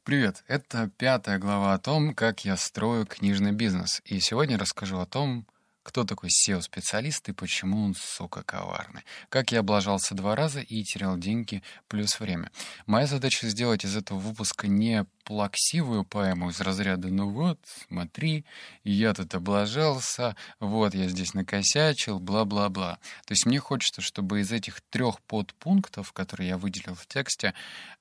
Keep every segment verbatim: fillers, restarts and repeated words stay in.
Привет! Это пятая глава о том, как я строю книжный бизнес. И сегодня расскажу о том, кто такой сео-специалист и почему он, сука, коварный. Как я облажался два раза и терял деньги плюс время. Моя задача сделать из этого выпуска не плаксивую поэму из разряда «ну вот, смотри, я тут облажался, вот я здесь накосячил, бла-бла-бла». То есть мне хочется, чтобы из этих трех подпунктов, которые я выделил в тексте,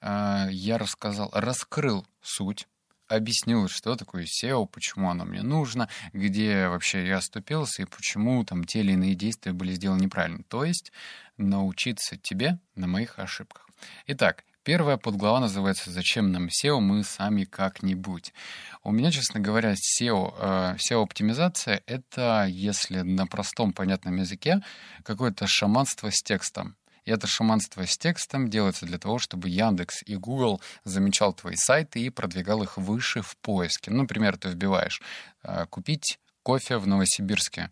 э, я рассказал, раскрыл суть, объяснил, что такое сео, почему оно мне нужно, где вообще я оступился и почему там те или иные действия были сделаны неправильно. То есть научиться тебе на моих ошибках. Итак, первая подглава называется «Зачем нам сео? Мы сами как-нибудь». У меня, честно говоря, сео, э, сео-оптимизация — это, если на простом понятном языке, какое-то шаманство с текстом. И это шаманство с текстом делается для того, чтобы Яндекс и Google замечал твои сайты и продвигал их выше в поиске. Ну, например, ты вбиваешь э, «купить кофе в Новосибирске»,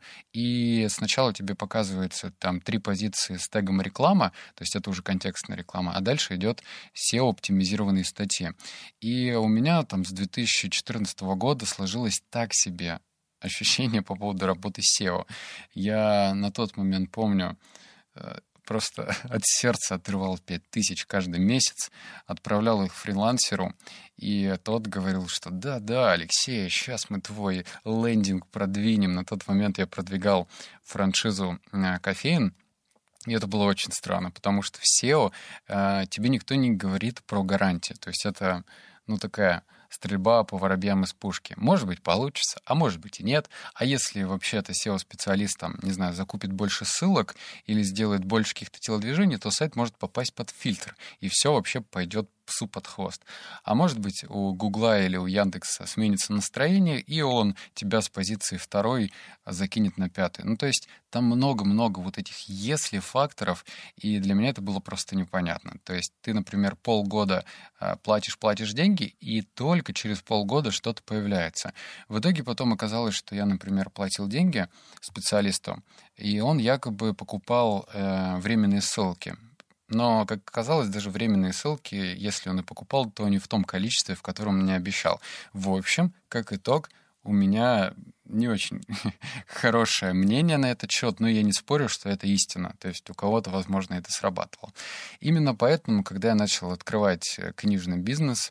и сначала тебе показывается там три позиции с тегом «реклама», то есть это уже контекстная реклама, а дальше идет сео-оптимизированные статьи. И у меня там с две тысячи четырнадцатого года сложилось так себе ощущение по поводу работы сео. Я на тот момент помню... Э, просто от сердца отрывал пять тысяч каждый месяц, отправлял их фрилансеру, и тот говорил, что да-да, Алексей, сейчас мы твой лендинг продвинем. На тот момент я продвигал франшизу «Кофеин», и это было очень странно, потому что в сео э, тебе никто не говорит про гарантии. То есть это, ну, такая стрельба по воробьям из пушки. Может быть, получится, а может быть и нет. А если вообще-то сео-специалист, там, не знаю, закупит больше ссылок или сделает больше каких-то телодвижений, то сайт может попасть под фильтр, и все вообще пойдет псу под хвост. А может быть, у Гугла или у Яндекса сменится настроение, и он тебя с позиции второй закинет на пятый. Ну, то есть там много-много вот этих «если» факторов, и для меня это было просто непонятно. То есть ты, например, полгода платишь-платишь деньги, и только через полгода что-то появляется. В итоге потом оказалось, что я, например, платил деньги специалисту, и он якобы покупал э, временные ссылки. Но, как оказалось, даже временные ссылки, если он и покупал, то не в том количестве, в котором мне обещал. В общем, как итог, у меня не очень хорошее мнение на этот счет, но я не спорю, что это истина. То есть у кого-то, возможно, это срабатывало. Именно поэтому, когда я начал открывать книжный бизнес,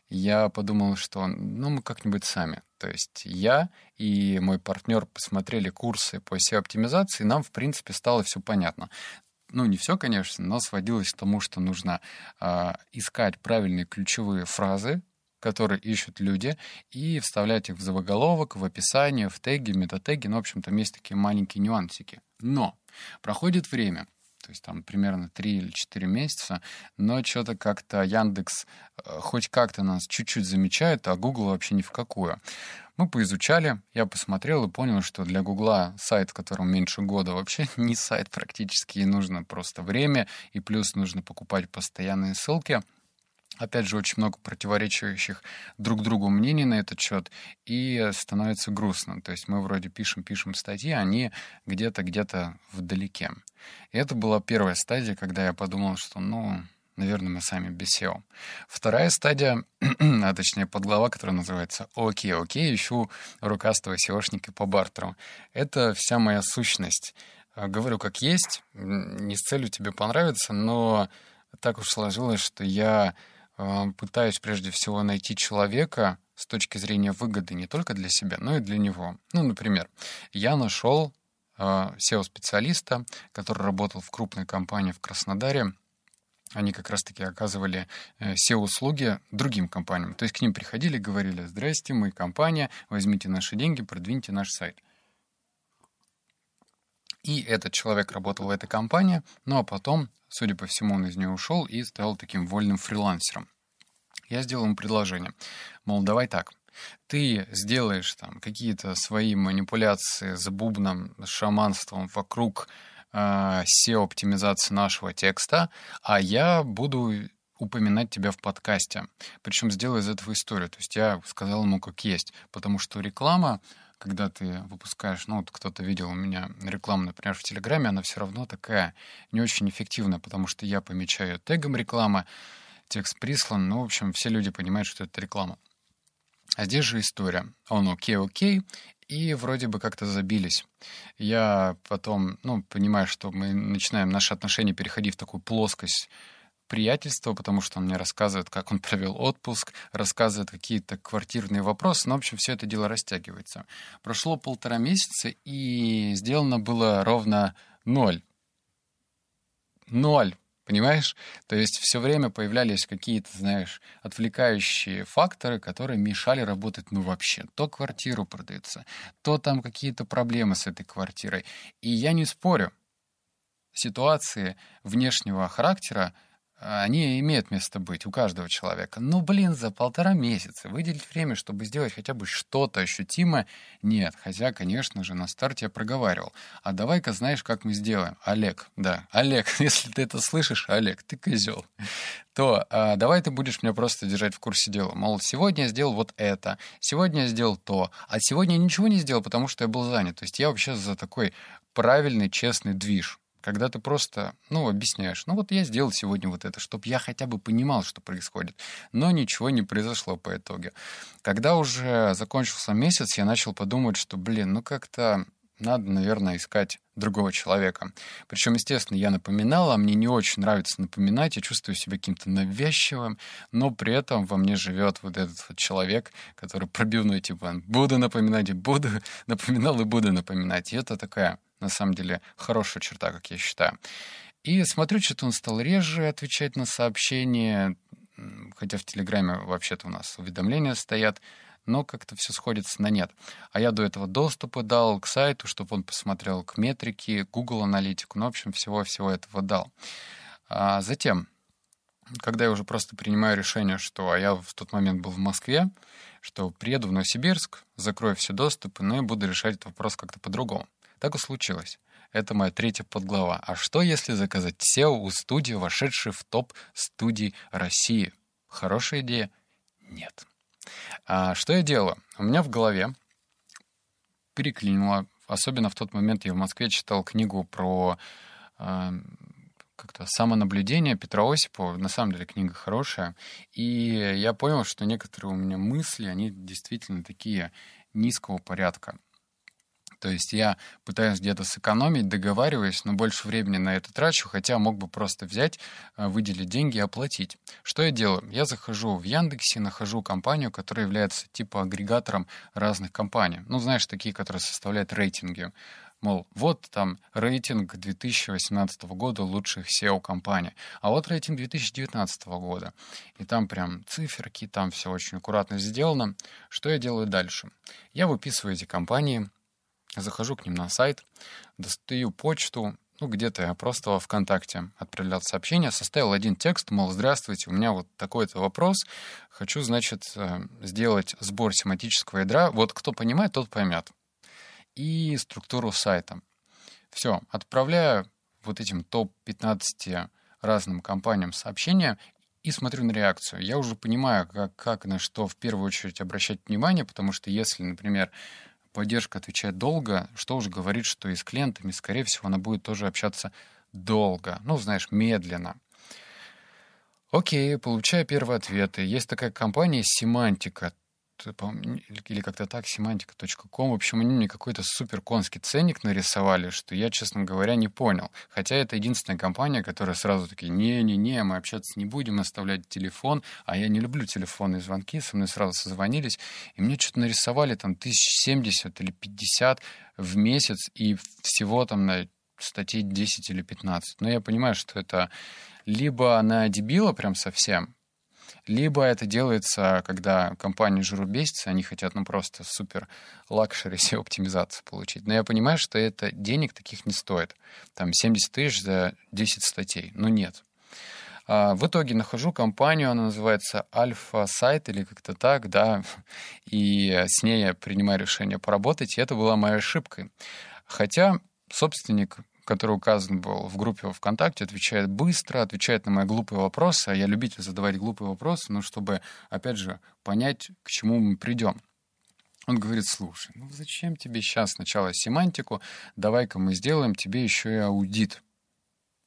я подумал, что ну, мы как-нибудь сами. То есть я и мой партнер посмотрели курсы по сео-оптимизации, и нам, в принципе, стало все понятно. Ну, не все, конечно, но сводилось к тому, что нужно э, искать правильные ключевые фразы, которые ищут люди, и вставлять их в заголовок, в описание, в теги, метатеги. Ну, в общем, там есть такие маленькие нюансики. Но проходит время, то есть там примерно три или четыре месяца, но что-то как-то Яндекс э, хоть как-то нас чуть-чуть замечает, а Google вообще ни в какую. Мы поизучали, я посмотрел и понял, что для Гугла сайт, которому меньше года, вообще не сайт практически, и нужно просто время, и плюс нужно покупать постоянные ссылки. Опять же, очень много противоречащих друг другу мнений на этот счет, и становится грустно. То есть мы вроде пишем-пишем статьи, а они где-то, где-то вдалеке. И это была первая стадия, когда я подумал, что, ну... наверное, мы сами без сео. Вторая стадия, а точнее подглава, которая называется «Окей, окей, ищу рукастого сеошника по бартеру». Это вся моя сущность. Говорю как есть, не с целью тебе понравиться, но так уж сложилось, что я пытаюсь прежде всего найти человека с точки зрения выгоды не только для себя, но и для него. Ну, например, я нашел сео-специалиста, который работал в крупной компании в Краснодаре. Они как раз-таки оказывали сео-услуги другим компаниям. То есть к ним приходили и говорили: «Здрасте, мы компания, возьмите наши деньги, продвиньте наш сайт». И этот человек работал в этой компании, ну а потом, судя по всему, он из нее ушел и стал таким вольным фрилансером. Я сделал ему предложение. Мол, давай так. Ты сделаешь там какие-то свои манипуляции с бубном, с шаманством вокруг сео-оптимизации нашего текста, а я буду упоминать тебя в подкасте. Причем сделаю из этого историю. То есть я сказал ему как есть. Потому что реклама, когда ты выпускаешь, ну вот кто-то видел у меня рекламу, например, в Телеграме, она все равно такая не очень эффективная, потому что я помечаю тегом реклама, текст прислан, ну, в общем, все люди понимают, что это реклама. А здесь же история. Он окей-окей, и вроде бы как-то забились. Я потом, ну, понимаю, что мы начинаем наши отношения переходить в такую плоскость приятельства, потому что он мне рассказывает, как он провел отпуск, рассказывает какие-то квартирные вопросы, но, в общем, все это дело растягивается. Прошло полтора месяца, и сделано было ровно ноль. Ноль. Понимаешь? То есть все время появлялись какие-то, знаешь, отвлекающие факторы, которые мешали работать, ну, вообще. То квартиру продается, то там какие-то проблемы с этой квартирой. И я не спорю. Ситуации внешнего характера, они имеют место быть у каждого человека. Но, блин, за полтора месяца выделить время, чтобы сделать хотя бы что-то ощутимое, нет. Хотя, конечно же, на старте я проговаривал. А давай-ка, знаешь, как мы сделаем? Олег, да, Олег, если ты это слышишь, Олег, ты козел. То а, давай ты будешь меня просто держать в курсе дела. Мол, сегодня я сделал вот это, сегодня я сделал то, а сегодня я ничего не сделал, потому что я был занят. То есть я вообще за такой правильный, честный движ. Когда ты просто, ну, объясняешь, ну вот я сделал сегодня вот это, чтобы я хотя бы понимал, что происходит. Но ничего не произошло по итогу. Когда уже закончился месяц, я начал подумать, что, блин, ну как-то надо, наверное, искать другого человека. Причем, естественно, я напоминал, а мне не очень нравится напоминать, я чувствую себя каким-то навязчивым, но при этом во мне живет вот этот вот человек, который пробивной, типа, буду напоминать и буду, напоминал и буду напоминать. И это такая, на самом деле, хорошая черта, как я считаю. И смотрю, что-то он стал реже отвечать на сообщения, хотя в Телеграме вообще-то у нас уведомления стоят, но как-то все сходится на нет. А я до этого доступы дал к сайту, чтобы он посмотрел к метрике, Google аналитику, ну, в общем, всего-всего этого дал. А затем, когда я уже просто принимаю решение, что а я в тот момент был в Москве, что приеду в Новосибирск, закрою все доступы, но и буду решать этот вопрос как-то по-другому. Так и случилось. Это моя третья подглава. А что, если заказать сео у студии, вошедшей в топ студий России? Хорошая идея? Нет. А что я делаю? У меня в голове переклинило. Особенно в тот момент я в Москве читал книгу про э, как-то самонаблюдение Петра Осипова. На самом деле книга хорошая. И я понял, что некоторые у меня мысли, они действительно такие низкого порядка. То есть я пытаюсь где-то сэкономить, договариваюсь, но больше времени на это трачу, хотя мог бы просто взять, выделить деньги и оплатить. Что я делаю? Я захожу в Яндексе, нахожу компанию, которая является типа агрегатором разных компаний. Ну, знаешь, такие, которые составляют рейтинги. Мол, вот там рейтинг две тысячи восемнадцатого года лучших сео-компаний, а вот рейтинг две тысячи девятнадцатого года. И там прям циферки, там все очень аккуратно сделано. Что я делаю дальше? Я выписываю эти компании, захожу к ним на сайт, достаю почту, ну, где-то я просто во ВКонтакте отправлял сообщение, составил один текст, мол, здравствуйте, у меня вот такой-то вопрос, хочу, значит, сделать сбор семантического ядра, вот кто понимает, тот поймет. И структуру сайта. Все, отправляю вот этим топ пятнадцати разным компаниям сообщения и смотрю на реакцию. Я уже понимаю, как, как на что в первую очередь обращать внимание, потому что если, например, поддержка отвечает долго, что уже говорит, что и с клиентами, скорее всего, она будет тоже общаться долго. Ну, знаешь, медленно. Окей, получаю первые ответы. Есть такая компания «Семантика», или как-то так, семантика точка ком. В общем, они мне какой-то супер конский ценник нарисовали, что я, честно говоря, не понял. Хотя это единственная компания, которая сразу такие, не-не-не, мы общаться не будем, оставлять телефон. А я не люблю телефонные звонки, со мной сразу созвонились. И мне что-то нарисовали там тысяч семьдесят или пятьдесят в месяц, и всего там на статей десять или пятнадцать. Но я понимаю, что это либо на дебила прям совсем, либо это делается, когда компании жрут бесятся, они хотят, ну, просто супер лакшери сео оптимизацию получить. Но я понимаю, что это денег таких не стоит. Там семьдесят тысяч за десять статей. Ну, нет. А в итоге нахожу компанию, она называется Альфа-сайт или как-то так, да, и с ней я принимаю решение поработать, и это была моей ошибкой. Хотя собственник, который указан был в группе во ВКонтакте, отвечает быстро, отвечает на мои глупые вопросы, а я любитель задавать глупые вопросы, ну, чтобы, опять же, понять, к чему мы придем. Он говорит, слушай, ну зачем тебе сейчас сначала семантику, давай-ка мы сделаем тебе еще и аудит.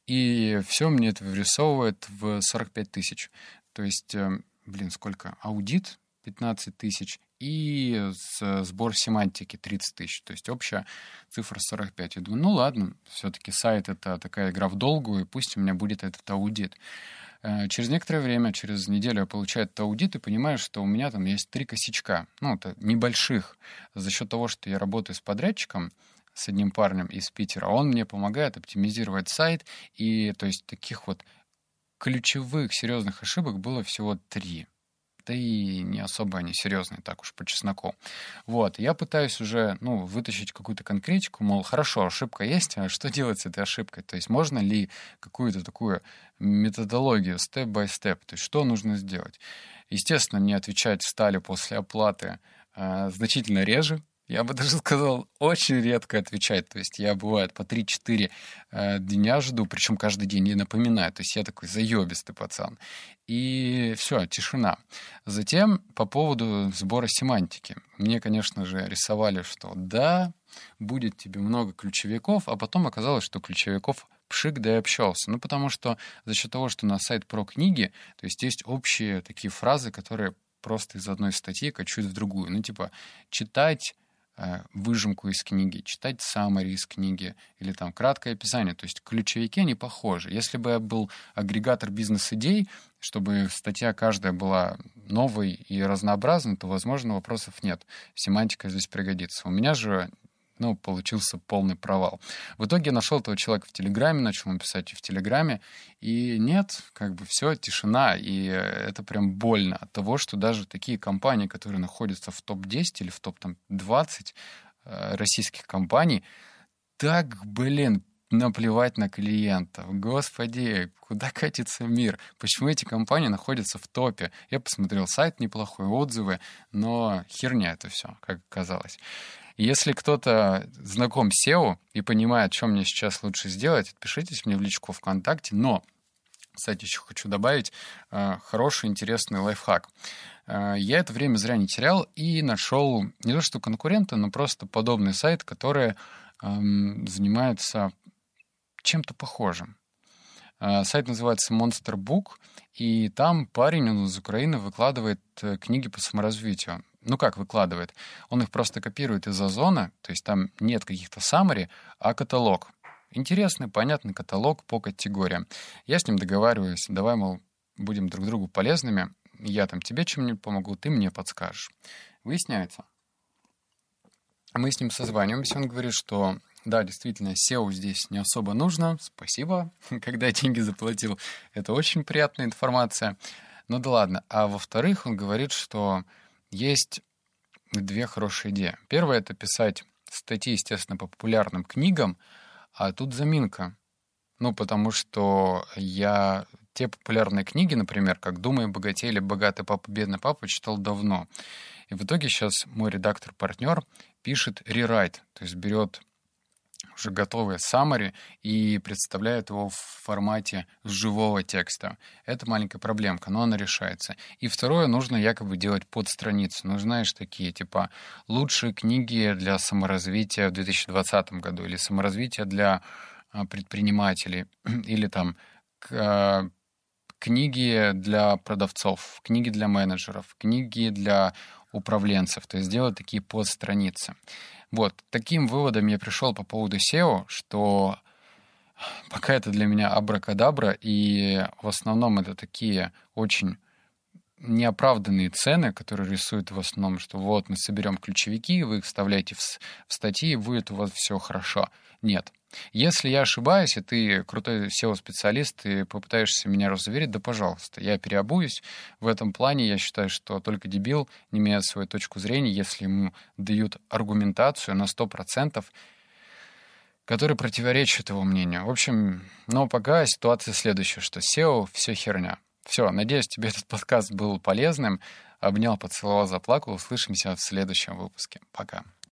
И все мне это вырисовывает в сорок пять тысяч. То есть, э, блин, сколько? Аудит пятнадцать тысяч и с- сбор семантики тридцать тысяч. То есть общая цифра сорок пять. Я думаю, ну ладно, все-таки сайт — это такая игра в долгую, и пусть у меня будет этот аудит. Э, Через некоторое время, через неделю я получаю этот аудит и понимаю, что у меня там есть три косячка, ну, это небольших. За счет того, что я работаю с подрядчиком, с одним парнем из Питера, он мне помогает оптимизировать сайт, и то есть таких вот ключевых серьезных ошибок было всего три. Да и не особо они серьезные, так уж по чесноку. Вот, я пытаюсь уже, ну, вытащить какую-то конкретику, мол, хорошо, ошибка есть, а что делать с этой ошибкой? То есть можно ли какую-то такую методологию, степ-бай-степ, то есть что нужно сделать? Естественно, мне отвечать стали после оплаты э, значительно реже. Я бы даже сказал, очень редко отвечать. То есть я, бывает, по три-четыре э, дня жду, причем каждый день не напоминаю. То есть я такой заебистый пацан. И все, тишина. Затем по поводу сбора семантики. Мне, конечно же, рисовали, что да, будет тебе много ключевиков, а потом оказалось, что ключевиков пшик, да и общался. Ну, потому что за счет того, что на сайт про книги, то есть есть общие такие фразы, которые просто из одной статьи качают в другую. Ну, типа, читать э, выжимку из книги, читать summary из книги или там краткое описание. То есть ключевики, они похожи. Если бы я был агрегатор бизнес-идей, чтобы статья каждая была новой и разнообразной, то, возможно, вопросов нет. Семантика здесь пригодится. У меня же, ну, получился полный провал. В итоге я нашел этого человека в Телеграме, начал ему писать и в Телеграме, и нет, как бы все, тишина, и это прям больно от того, что даже такие компании, которые находятся в топ десять или в топ двадцать э, российских компаний, так, блин, наплевать на клиентов. Господи, куда катится мир? Почему эти компании находятся в топе? Я посмотрел сайт неплохой, отзывы, но херня это все, как оказалось. Если кто-то знаком с сео и понимает, что мне сейчас лучше сделать, отпишитесь мне в личку ВКонтакте. Но, кстати, еще хочу добавить э, хороший, интересный лайфхак. Э, я это время зря не терял и нашел не то что конкурента, но просто подобный сайт, который эм, занимается чем-то похожим. Э, сайт называется Monster Book, и там парень, он из Украины, выкладывает э, книги по саморазвитию. Ну как выкладывает? Он их просто копирует из Озона, то есть там нет каких-то summary, а каталог. Интересный, понятный каталог по категориям. Я с ним договариваюсь, давай, мол, будем друг другу полезными, я там тебе чем-нибудь помогу, ты мне подскажешь. Выясняется. Мы с ним созваниваемся, он говорит, что да, действительно, сео здесь не особо нужно, спасибо, когда я деньги заплатил, это очень приятная информация. Ну да ладно. А во-вторых, он говорит, что есть две хорошие идеи. Первое — это писать статьи, естественно, по популярным книгам, а тут заминка. Ну, потому что я те популярные книги, например, как «Думай, богатей» или «Богатый папа, бедный папа» читал давно. И в итоге сейчас мой редактор-партнер пишет рерайт, то есть берет уже готовое summary и представляет его в формате живого текста. Это маленькая проблемка, но она решается. И второе, нужно якобы делать подстраницы. Ну, знаешь, такие, типа, лучшие книги для саморазвития в две тысячи двадцатом году, или саморазвитие для а, предпринимателей, или там к, а, книги для продавцов, книги для менеджеров, книги для управленцев. То есть делать такие подстраницы. Вот, таким выводом я пришел по поводу сео, что пока это для меня абракадабра, и в основном это такие очень неоправданные цены, которые рисуют в основном, что вот мы соберем ключевики, вы их вставляете в, в статьи, и будет у вас все хорошо. Нет. Если я ошибаюсь, и ты крутой сео-специалист, и попытаешься меня разуверить, да пожалуйста, я переобуюсь. В этом плане я считаю, что только дебил не меняет свою точку зрения, если ему дают аргументацию на сто процентов, которая противоречит его мнению. В общем, но пока ситуация следующая, что сео — все херня. Все, надеюсь, тебе этот подкаст был полезным. Обнял, поцеловал, заплакал. Услышимся в следующем выпуске. Пока.